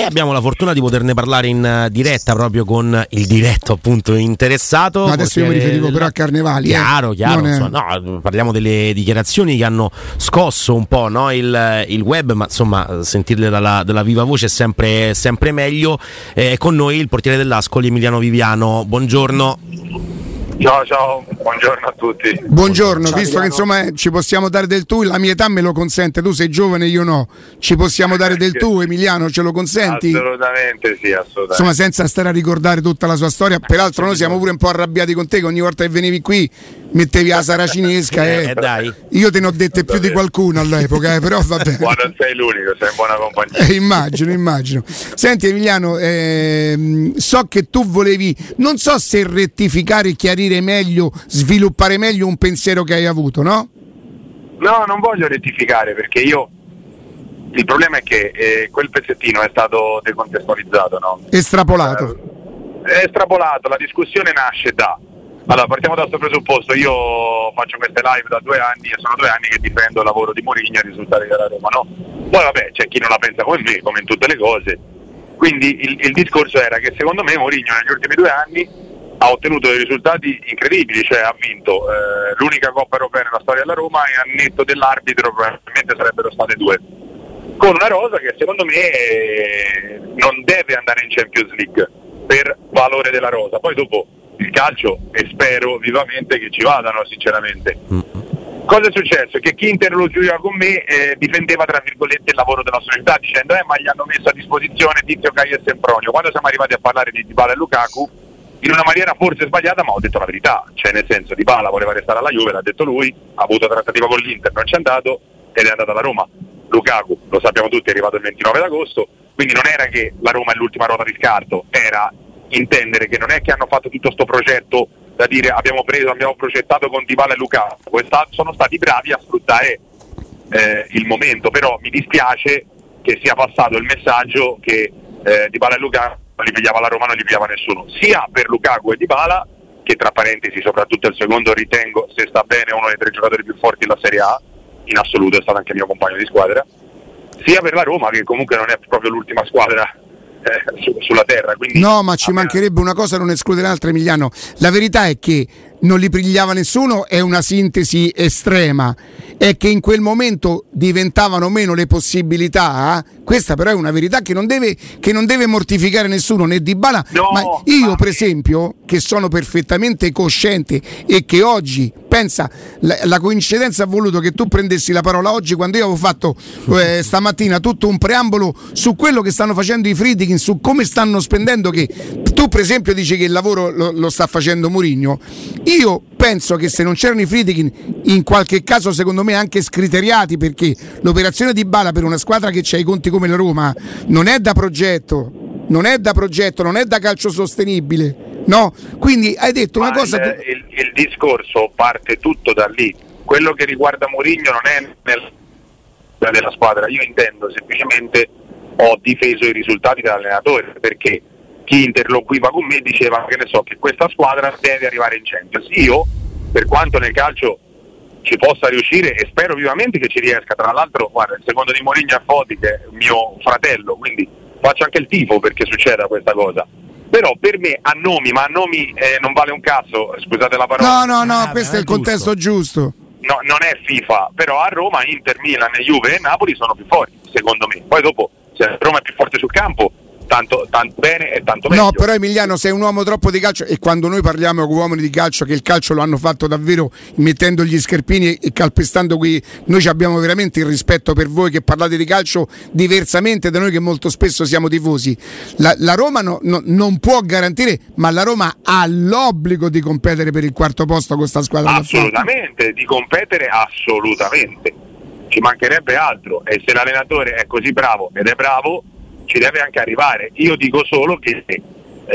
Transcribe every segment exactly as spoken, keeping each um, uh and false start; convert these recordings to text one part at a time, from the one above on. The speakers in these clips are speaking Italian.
e abbiamo la fortuna di poterne parlare in diretta proprio con il diretto appunto interessato. No, adesso io mi riferivo però a Carnevali. Chiaro, eh. chiaro. È... Insomma, no, parliamo delle dichiarazioni che hanno scosso un po', no, il, il web, ma insomma sentirle dalla, dalla viva voce è sempre, sempre meglio. Eh, con noi il portiere dell'Ascoli, Emiliano Viviano. Buongiorno. Ciao ciao, buongiorno a tutti. Buongiorno, ciao, visto Emiliano. Che insomma ci possiamo dare del tu, la mia età me lo consente, tu sei giovane, io no. Ci possiamo dare del tu, Emiliano, ce lo consenti? Assolutamente sì, assolutamente. Insomma, senza stare a ricordare tutta la sua storia, peraltro noi siamo pure un po' arrabbiati con te, che ogni volta che venivi qui mettevi la saracinesca e eh, dai. Io te ne ho dette più di qualcuno all'epoca, eh, però va bene. Ma non sei l'unico, sei in buona compagnia. Eh, immagino, immagino. Senti Emiliano, ehm, so che tu volevi, non so se rettificare, chiarire meglio, sviluppare meglio un pensiero che hai avuto, no? No, non voglio rettificare perché io, il problema è che eh, quel pezzettino è stato decontestualizzato, no? Estrapolato. Eh, è estrapolato, la discussione nasce da... Allora, partiamo da questo presupposto, io faccio queste live da due anni e sono due anni che difendo il lavoro di Mourinho e i risultati della Roma, no? Poi vabbè, c'è chi non la pensa come me, come in tutte le cose, quindi il, il discorso era che secondo me Mourinho negli ultimi due anni ha ottenuto dei risultati incredibili, cioè ha vinto eh, l'unica Coppa Europea nella storia della Roma e a netto dell'arbitro probabilmente sarebbero state due, con una rosa che secondo me eh, non deve andare in Champions League per valore della rosa, poi dopo il calcio e spero vivamente che ci vadano sinceramente. Mm. Cosa è successo? Che chi interloquiva con me eh, difendeva tra virgolette il lavoro della società dicendo eh ma gli hanno messo a disposizione Tizio, Caio e Sempronio. Quando siamo arrivati a parlare di Dybala e Lukaku in una maniera forse sbagliata, ma ho detto la verità, cioè nel senso Dybala voleva restare alla Juve, l'ha detto lui, ha avuto trattativa con l'Inter, non c'è andato ed è andato alla Roma. Lukaku, lo sappiamo tutti, è arrivato il ventinove d'agosto, quindi non era che la Roma è l'ultima ruota di scarto, era intendere che non è che hanno fatto tutto sto progetto da dire abbiamo preso, abbiamo progettato con Dybala e Lukaku, sono stati bravi a sfruttare eh, il momento, però mi dispiace che sia passato il messaggio che eh, Dybala e Lukaku non li pigliava la Roma, non li pigliava nessuno, sia per Lukaku e Dybala, che tra parentesi soprattutto il secondo ritengo, se sta bene, uno dei tre giocatori più forti della Serie A, in assoluto è stato anche mio compagno di squadra, sia per la Roma che comunque non è proprio l'ultima squadra Eh, su, sulla terra, quindi no, ma ci mancherebbe una cosa, non esclude l'altra, Emiliano. La verità è che non li pigliava nessuno, è una sintesi estrema, è che in quel momento diventavano meno le possibilità. Questa però è una verità che non deve, che non deve mortificare nessuno, né Dybala, no, ma io ma... per esempio, che sono perfettamente cosciente e che oggi, pensa, la, la coincidenza ha voluto che tu prendessi la parola oggi quando io avevo fatto eh, stamattina tutto un preambolo su quello che stanno facendo i Friedkin, su come stanno spendendo, che tu per esempio dici che il lavoro lo, lo sta facendo Mourinho. Io penso che se non c'erano i Friedkin, in qualche caso secondo me anche scriteriati, perché l'operazione di Dybala per una squadra che c'ha i conti come la Roma non è da progetto, non è da progetto, non è da calcio sostenibile, no? Quindi hai detto una Ma cosa. Il, il, il discorso parte tutto da lì. Quello che riguarda Mourinho non è nel della squadra, io intendo semplicemente ho difeso i risultati dell'allenatore, perché chi interloquiva con me diceva che ne so che questa squadra deve arrivare in Champions. Io, per quanto nel calcio ci possa riuscire e spero vivamente che ci riesca, tra l'altro guarda, il secondo di Mourinho è Foti, che è mio fratello, quindi faccio anche il tifo perché succeda questa cosa, però per me a nomi, ma a nomi eh, non vale un cazzo, scusate la parola. No, no, no, ah, questo è il giusto. contesto giusto. No, non è FIFA, però a Roma, Inter, Milan, Juve e Napoli sono più forti, secondo me. Poi dopo, se Roma è più forte sul campo, tanto, tanto bene e tanto meglio. No, però Emiliano, sei un uomo troppo di calcio, e quando noi parliamo con uomini di calcio che il calcio lo hanno fatto davvero mettendo gli scherpini e calpestando qui, noi abbiamo veramente il rispetto per voi che parlate di calcio diversamente da noi che molto spesso siamo tifosi. La, la Roma no, no, non può garantire, ma la Roma ha l'obbligo di competere per il quarto posto con questa squadra. Assolutamente, di competere assolutamente, ci mancherebbe altro, e se l'allenatore è così bravo ed è bravo ci deve anche arrivare. Io dico solo che eh,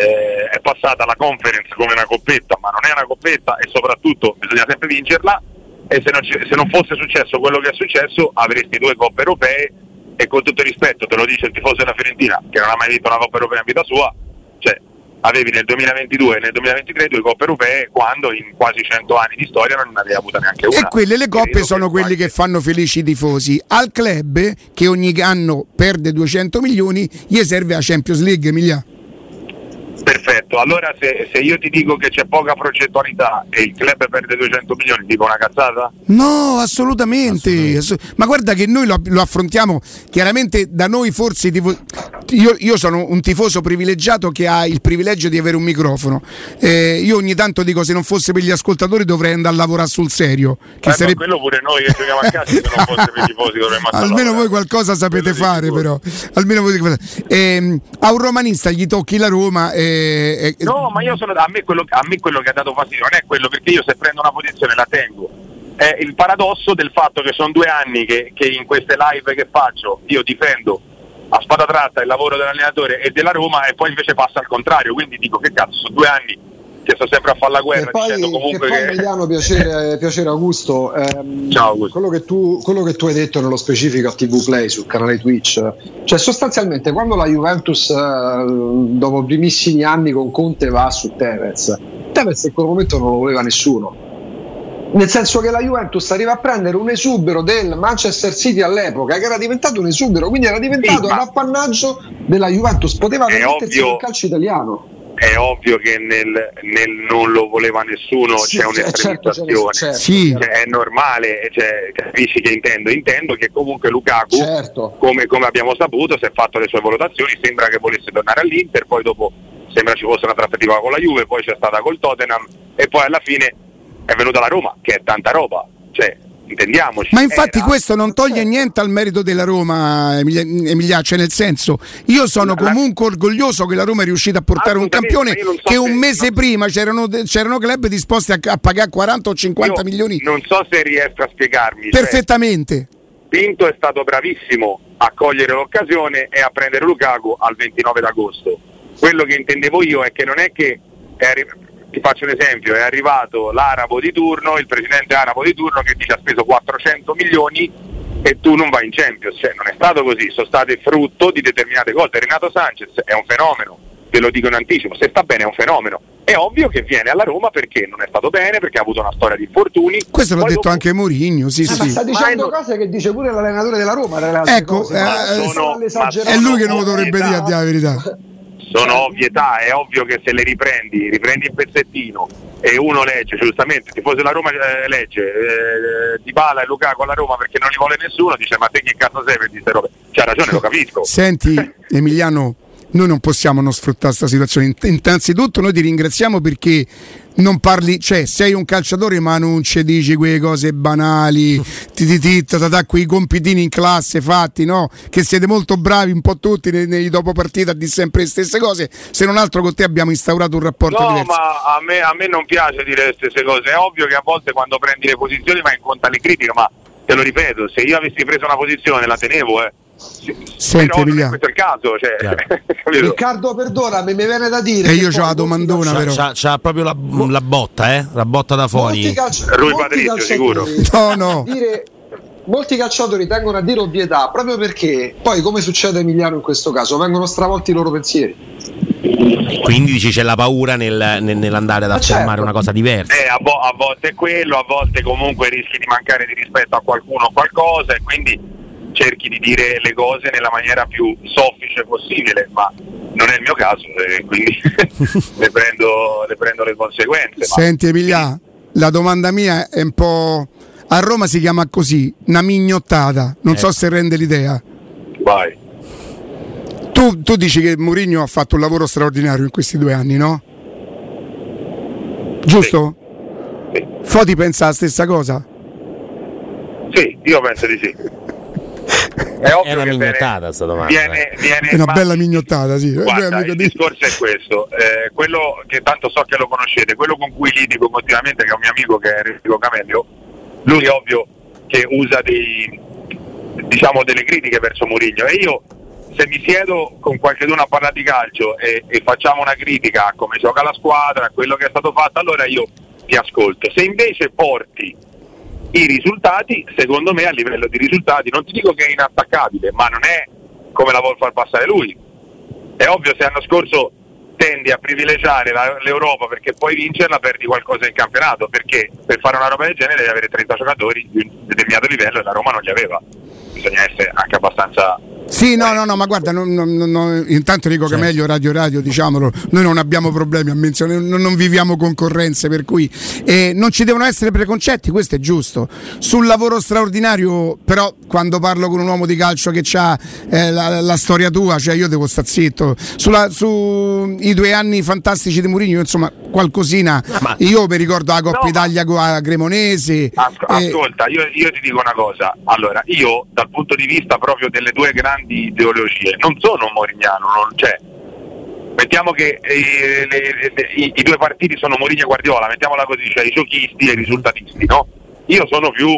è passata la conference come una coppetta, ma non è una coppetta e soprattutto bisogna sempre vincerla, e se non, c- se non fosse successo quello che è successo avresti due coppe europee, e con tutto il rispetto te lo dice il tifoso della Fiorentina che non ha mai vinto una Coppa Europea in vita sua, cioè avevi nel duemilaventidue e nel duemilaventitré due coppe europee, quando in quasi cento anni di storia non ne aveva avuta neanche una. E quelle le coppe sono quelli qualche... che fanno felici i tifosi. Al club, che ogni anno perde duecento milioni, gli serve la Champions League, Emilia. Perfetto, allora se, se io ti dico che c'è poca progettualità e il club perde duecento milioni, dico una cazzata? No, assolutamente, assolutamente. Ma guarda che noi lo, lo affrontiamo, chiaramente da noi forse tifo... io, io sono un tifoso privilegiato che ha il privilegio di avere un microfono, eh, io ogni tanto dico se non fosse per gli ascoltatori dovrei andare a lavorare sul serio, che eh, sarebbe... quello pure noi che giochiamo a calcio, se non fosse per i tifosi dovremmo almeno lavorare. Voi qualcosa sapete quello fare però, almeno voi eh, a un romanista gli tocchi la Roma eh, Eh, eh, no, ma io sono a me, quello, a me quello che ha dato fastidio non è quello, perché io se prendo una posizione la tengo. È il paradosso del fatto che sono due anni che, che in queste live che faccio io difendo a spada tratta il lavoro dell'allenatore e della Roma, e poi invece passa al contrario, quindi dico che cazzo, sono due anni che sto sempre a fare la guerra, poi, dicendo comunque che poi che... Emiliano, piacere, piacere Augusto. Ehm, Ciao Augusto. Quello che, tu, quello che tu hai detto nello specifico a T V Play sul canale Twitch, cioè sostanzialmente quando la Juventus eh, dopo i primissimi anni con Conte va su Tevez, Tevez in quel momento non lo voleva nessuno, nel senso che la Juventus arriva a prendere un esubero del Manchester City all'epoca che era diventato un esubero, quindi era diventato sì, un appannaggio della Juventus, poteva mettersi nel calcio italiano. È ovvio che nel, nel non lo voleva nessuno sì, c'è un'estremizzazione, certo, certo, sì. Cioè, è normale, cioè, capisci che intendo? Intendo che comunque Lukaku, certo. come, come abbiamo saputo, si è fatto le sue valutazioni, sembra che volesse tornare all'Inter, poi dopo sembra ci fosse una trattativa con la Juve, poi c'è stata col Tottenham e poi alla fine è venuta la Roma, che è tanta roba, cioè intendiamoci. Ma infatti era... questo non toglie niente al merito della Roma, Emilia, cioè nel senso, io sono la... comunque orgoglioso che la Roma è riuscita a portare un campione so che un mese se... prima c'erano, c'erano club disposti a, a pagare quaranta o cinquanta io milioni. Non so se riesco a spiegarmi. Perfettamente. Cioè, Pinto è stato bravissimo a cogliere l'occasione e a prendere Lukaku al ventinove d'agosto. Quello che intendevo io è che non è che è arri- ti faccio un esempio, è arrivato l'arabo di turno, il presidente arabo di turno che dice ha speso quattrocento milioni e tu non vai in Champions, cioè non è stato così, sono state frutto di determinate cose. Renato Sanchez è un fenomeno, ve lo dico in anticipo, se sta bene è un fenomeno, è ovvio che viene alla Roma perché non è stato bene, perché ha avuto una storia di infortuni. Questo l'ha poi detto dopo... anche Mourinho, sì, ah, sì. Ma sta dicendo ma cose che dice pure l'allenatore della Roma. Ecco, cose, eh, sono, è lui che non lo dovrebbe dire, a dire la verità. Sono ovvietà, è ovvio che se le riprendi, riprendi il pezzettino e uno legge, giustamente, se fosse la Roma eh, legge eh, Dybala e Lukaku alla Roma perché non li vuole nessuno, dice ma te che cazzo sei per queste robe? C'ha ragione, lo capisco. Senti Emiliano, noi non possiamo non sfruttare questa situazione. Innanzitutto noi ti ringraziamo perché non parli, cioè sei un calciatore ma non ci dici quelle cose banali, ti ti ti da quei compitini in classe fatti, no? Che siete molto bravi un po' tutti nei, nei dopo partita a dire sempre le stesse cose, se non altro con te abbiamo instaurato un rapporto no, diverso. No, ma a me, a me non piace dire le stesse cose, è ovvio che a volte quando prendi le posizioni vai incontro alle critiche, ma te lo ripeto, se io avessi preso una posizione la tenevo, eh. Senti, però non Emiliano, è questo il caso, cioè, Riccardo, perdonami, mi viene da dire e io c'ho la domandona, c'ha, però c'ha, c'ha proprio la, la botta, eh? La botta da fuori. Calci- Rui Patrizio sicuro. No, no. Dire, molti calciatori tengono a dire ovvietà proprio perché poi, come succede a Emiliano in questo caso, vengono stravolti i loro pensieri. Quindi dici c'è la paura nel, nel, nell'andare ad affermare certo. una cosa diversa. Eh, a, vo- a volte è quello, a volte comunque rischi di mancare di rispetto a qualcuno o qualcosa e quindi cerchi di dire le cose nella maniera più soffice possibile, ma non è il mio caso, eh, quindi le, prendo, le prendo le conseguenze. Senti ma... Emilia, la domanda mia è un po'... A Roma si chiama così, una mignottata, non eh. so se rende l'idea. Vai. Tu, tu dici che Mourinho ha fatto un lavoro straordinario in questi due anni, no? Giusto? Sì. Sì. Foti pensa la stessa cosa? Sì, io penso di sì. È, è una mignottata sta domanda. Viene, viene, è una bella mignottata, sì. Guarda, il discorso è questo, eh, quello che tanto so che lo conoscete, quello con cui litigo continuamente, che è un mio amico che è Enrico Camelio, lui è ovvio che usa dei, diciamo, delle critiche verso Mourinho e io se mi siedo con qualcuno a parlare di calcio e, e facciamo una critica a come gioca la squadra, a quello che è stato fatto, allora io ti ascolto. Se invece porti i risultati, secondo me a livello di risultati non ti dico che è inattaccabile, ma non è come la vuol far passare lui. È ovvio, se l'anno scorso tendi a privilegiare la, l'Europa perché puoi vincerla, perdi qualcosa in campionato, perché per fare una roba del genere devi avere trenta giocatori di un determinato livello e la Roma non li aveva. Bisogna essere anche abbastanza... Sì, no, no, no, ma guarda, non, non, non, intanto dico certo. Che meglio Radio Radio, diciamolo, noi non abbiamo problemi a menzionare, non, non viviamo concorrenze, per cui eh, non ci devono essere preconcetti, questo è giusto. Sul lavoro straordinario, però, quando parlo con un uomo di calcio che ha eh, la, la storia tua, cioè io devo star zitto. Sulla, su i due anni fantastici di Mourinho, insomma, qualcosina. Ma... Io mi ricordo la Coppa no, Italia ma... a Cremonese. Asc- eh... Ascolta, io, io ti dico una cosa. Allora, io dal punto di vista proprio delle due grandi di ideologie, non sono un morignano, non c'è. Mettiamo che eh, le, le, i, i due partiti sono Mourinho e Guardiola, mettiamola così, cioè i giochisti e i risultatisti, no? Io sono più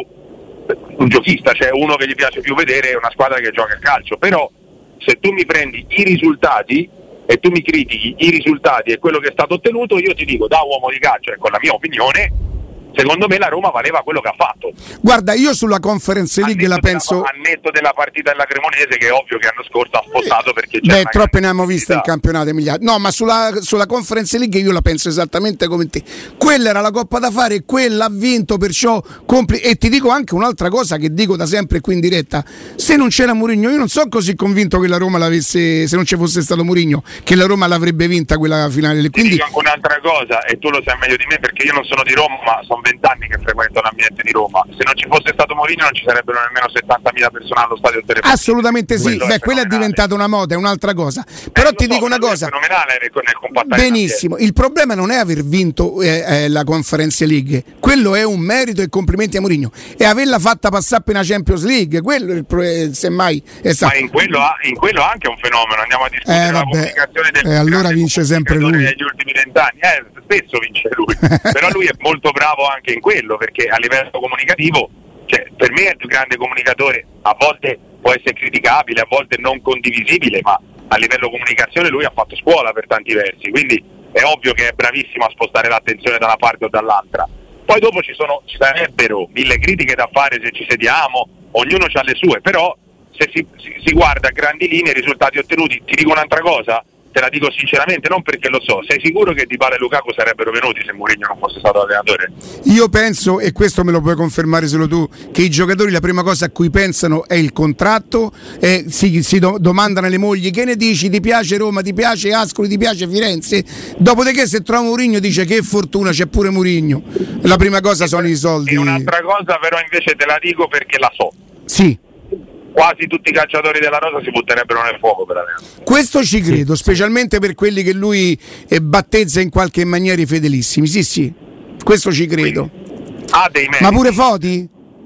un giochista, cioè uno che gli piace più vedere una squadra che gioca a calcio, però se tu mi prendi i risultati e tu mi critichi i risultati e quello che è stato ottenuto, io ti dico da uomo di calcio e con la mia opinione, secondo me la Roma valeva quello che ha fatto. Guarda, io sulla Conference League la penso della, a netto della partita della Cremonese, che è ovvio che l'anno scorso ha spostato perché c'è beh, troppe ne abbiamo viste in campionato, Emilia. No, ma sulla, sulla Conference League io la penso esattamente come te. Quella era la coppa da fare, quella ha vinto, perciò compli- e ti dico anche un'altra cosa che dico da sempre qui in diretta: se non c'era Mourinho, io non sono così convinto che la Roma l'avesse, se non ci fosse stato Mourinho, che la Roma l'avrebbe vinta quella finale. Quindi ti dico anche un'altra cosa, e tu lo sai meglio di me perché io non sono di Roma, ma sono vent'anni che frequento l'ambiente di Roma. Se non ci fosse stato Mourinho non ci sarebbero nemmeno settantamila persone allo stadio Telefonico. Assolutamente sì. Quello Beh, è quella è diventata una moda, è un'altra cosa. Però eh, ti so, dico una cosa. È fenomenale nel, nel compattare. Benissimo. Il problema non è aver vinto eh, eh, la Conference League. Quello è un merito e complimenti a Mourinho. E averla fatta passare per una Champions League, quello è, semmai è stato. Ma in quello, in quello anche è un fenomeno. Andiamo a discutere eh, la comunicazione del eh, allora vince sempre lui negli ultimi vent'anni. Eh, spesso vince lui. Però lui è molto bravo anche in quello, perché a livello comunicativo, cioè, per me è il più grande comunicatore. A volte può essere criticabile, a volte non condivisibile, ma a livello comunicazione lui ha fatto scuola per tanti versi, quindi è ovvio che è bravissimo a spostare l'attenzione da una parte o dall'altra. Poi dopo ci sono ci sarebbero mille critiche da fare se ci sediamo, ognuno ha le sue, però se si, si, si guarda a grandi linee i risultati ottenuti. Ti dico un'altra cosa, te la dico sinceramente, non perché lo so, sei sicuro che Dybala e Lukaku sarebbero venuti se Mourinho non fosse stato allenatore? Io penso, e questo me lo puoi confermare solo tu, che i giocatori la prima cosa a cui pensano è il contratto, e si, si do, domandano alle mogli: che ne dici, ti piace Roma, ti piace Ascoli, ti piace Firenze? Dopodiché se trova Mourinho dice: che fortuna, c'è pure Mourinho. La prima cosa sono i soldi. E un'altra cosa però invece te la dico perché la so. Sì. Quasi tutti i calciatori della rosa si butterebbero nel fuoco per allenare. Questo ci credo, sì, specialmente per quelli che lui eh, battezza in qualche maniera i fedelissimi. Sì, sì, questo ci credo. Ha dei meriti. Ma pure Foti?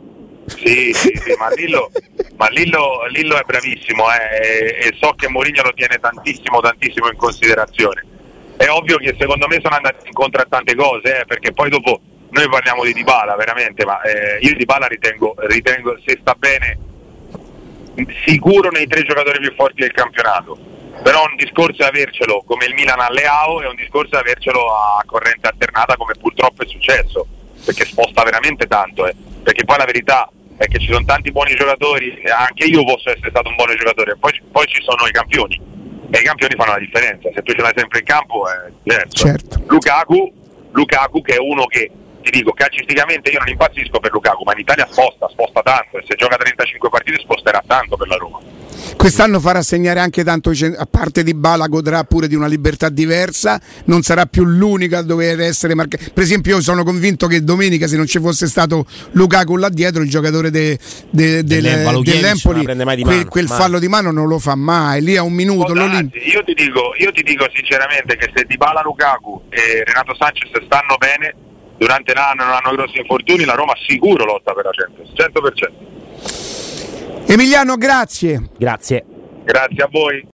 Sì, sì, sì, ma Lillo, ma Lillo, Lillo è bravissimo eh, e, e so che Mourinho lo tiene tantissimo, tantissimo in considerazione. È ovvio che secondo me sono andati incontro a tante cose, eh, perché poi dopo noi parliamo di Dybala veramente, ma eh, io Dybala ritengo, ritengo se sta bene sicuro nei tre giocatori più forti del campionato. Però un discorso è avercelo come il Milan a Leao e un discorso è avercelo a corrente alternata come purtroppo è successo, perché sposta veramente tanto eh. Perché poi la verità è che ci sono tanti buoni giocatori, anche io posso essere stato un buon giocatore, poi, poi ci sono i campioni e i campioni fanno la differenza, se tu ce l'hai sempre in campo è diverso. Certo. Lukaku, Lukaku che è uno che, ti dico, calcisticamente io non impazzisco per Lukaku, ma in Italia sposta, sposta tanto, e se gioca trentacinque partite sposterà tanto per la Roma. Quest'anno farà segnare anche tanto, a parte Dybala godrà pure di una libertà diversa, non sarà più l'unica a dover essere marcato. Per esempio io sono convinto che domenica, se non ci fosse stato Lukaku là dietro, il giocatore de, de, de, de, dell'Empoli quel, quel fallo di mano non lo fa mai, lì a un minuto. Oh, anzi, io, ti dico, io ti dico sinceramente che se Dybala, Lukaku e Renato Sanchez stanno bene durante l'anno, non hanno grossi infortuni, la Roma sicuro lotta per la Champions, cento per cento. Emiliano, grazie. Grazie. Grazie a voi.